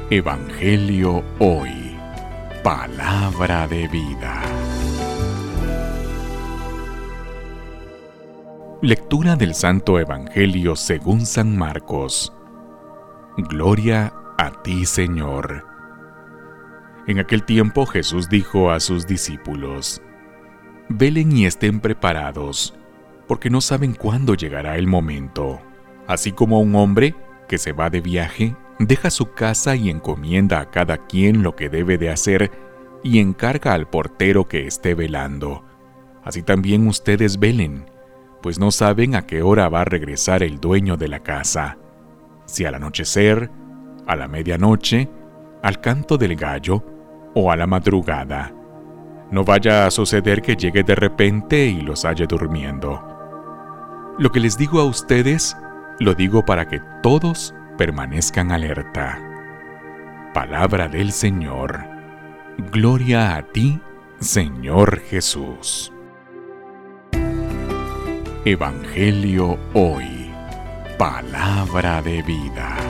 Evangelio Hoy. Palabra de vida. Lectura del Santo Evangelio según San Marcos. Gloria a ti, Señor. En aquel tiempo Jesús dijo a sus discípulos: Velen y estén preparados, porque no saben cuándo llegará el momento. Así como un hombre que se va de viaje, deja su casa y encomienda a cada quien lo que debe de hacer y encarga al portero que esté velando. Así también ustedes velen, pues no saben a qué hora va a regresar el dueño de la casa. Si al anochecer, a la medianoche, al canto del gallo o a la madrugada. No vaya a suceder que llegue de repente y los halle durmiendo. Lo que les digo a ustedes, lo digo para que todos permanezcan alerta. Palabra del Señor. Gloria a ti, Señor Jesús. Evangelio Hoy. Palabra de vida.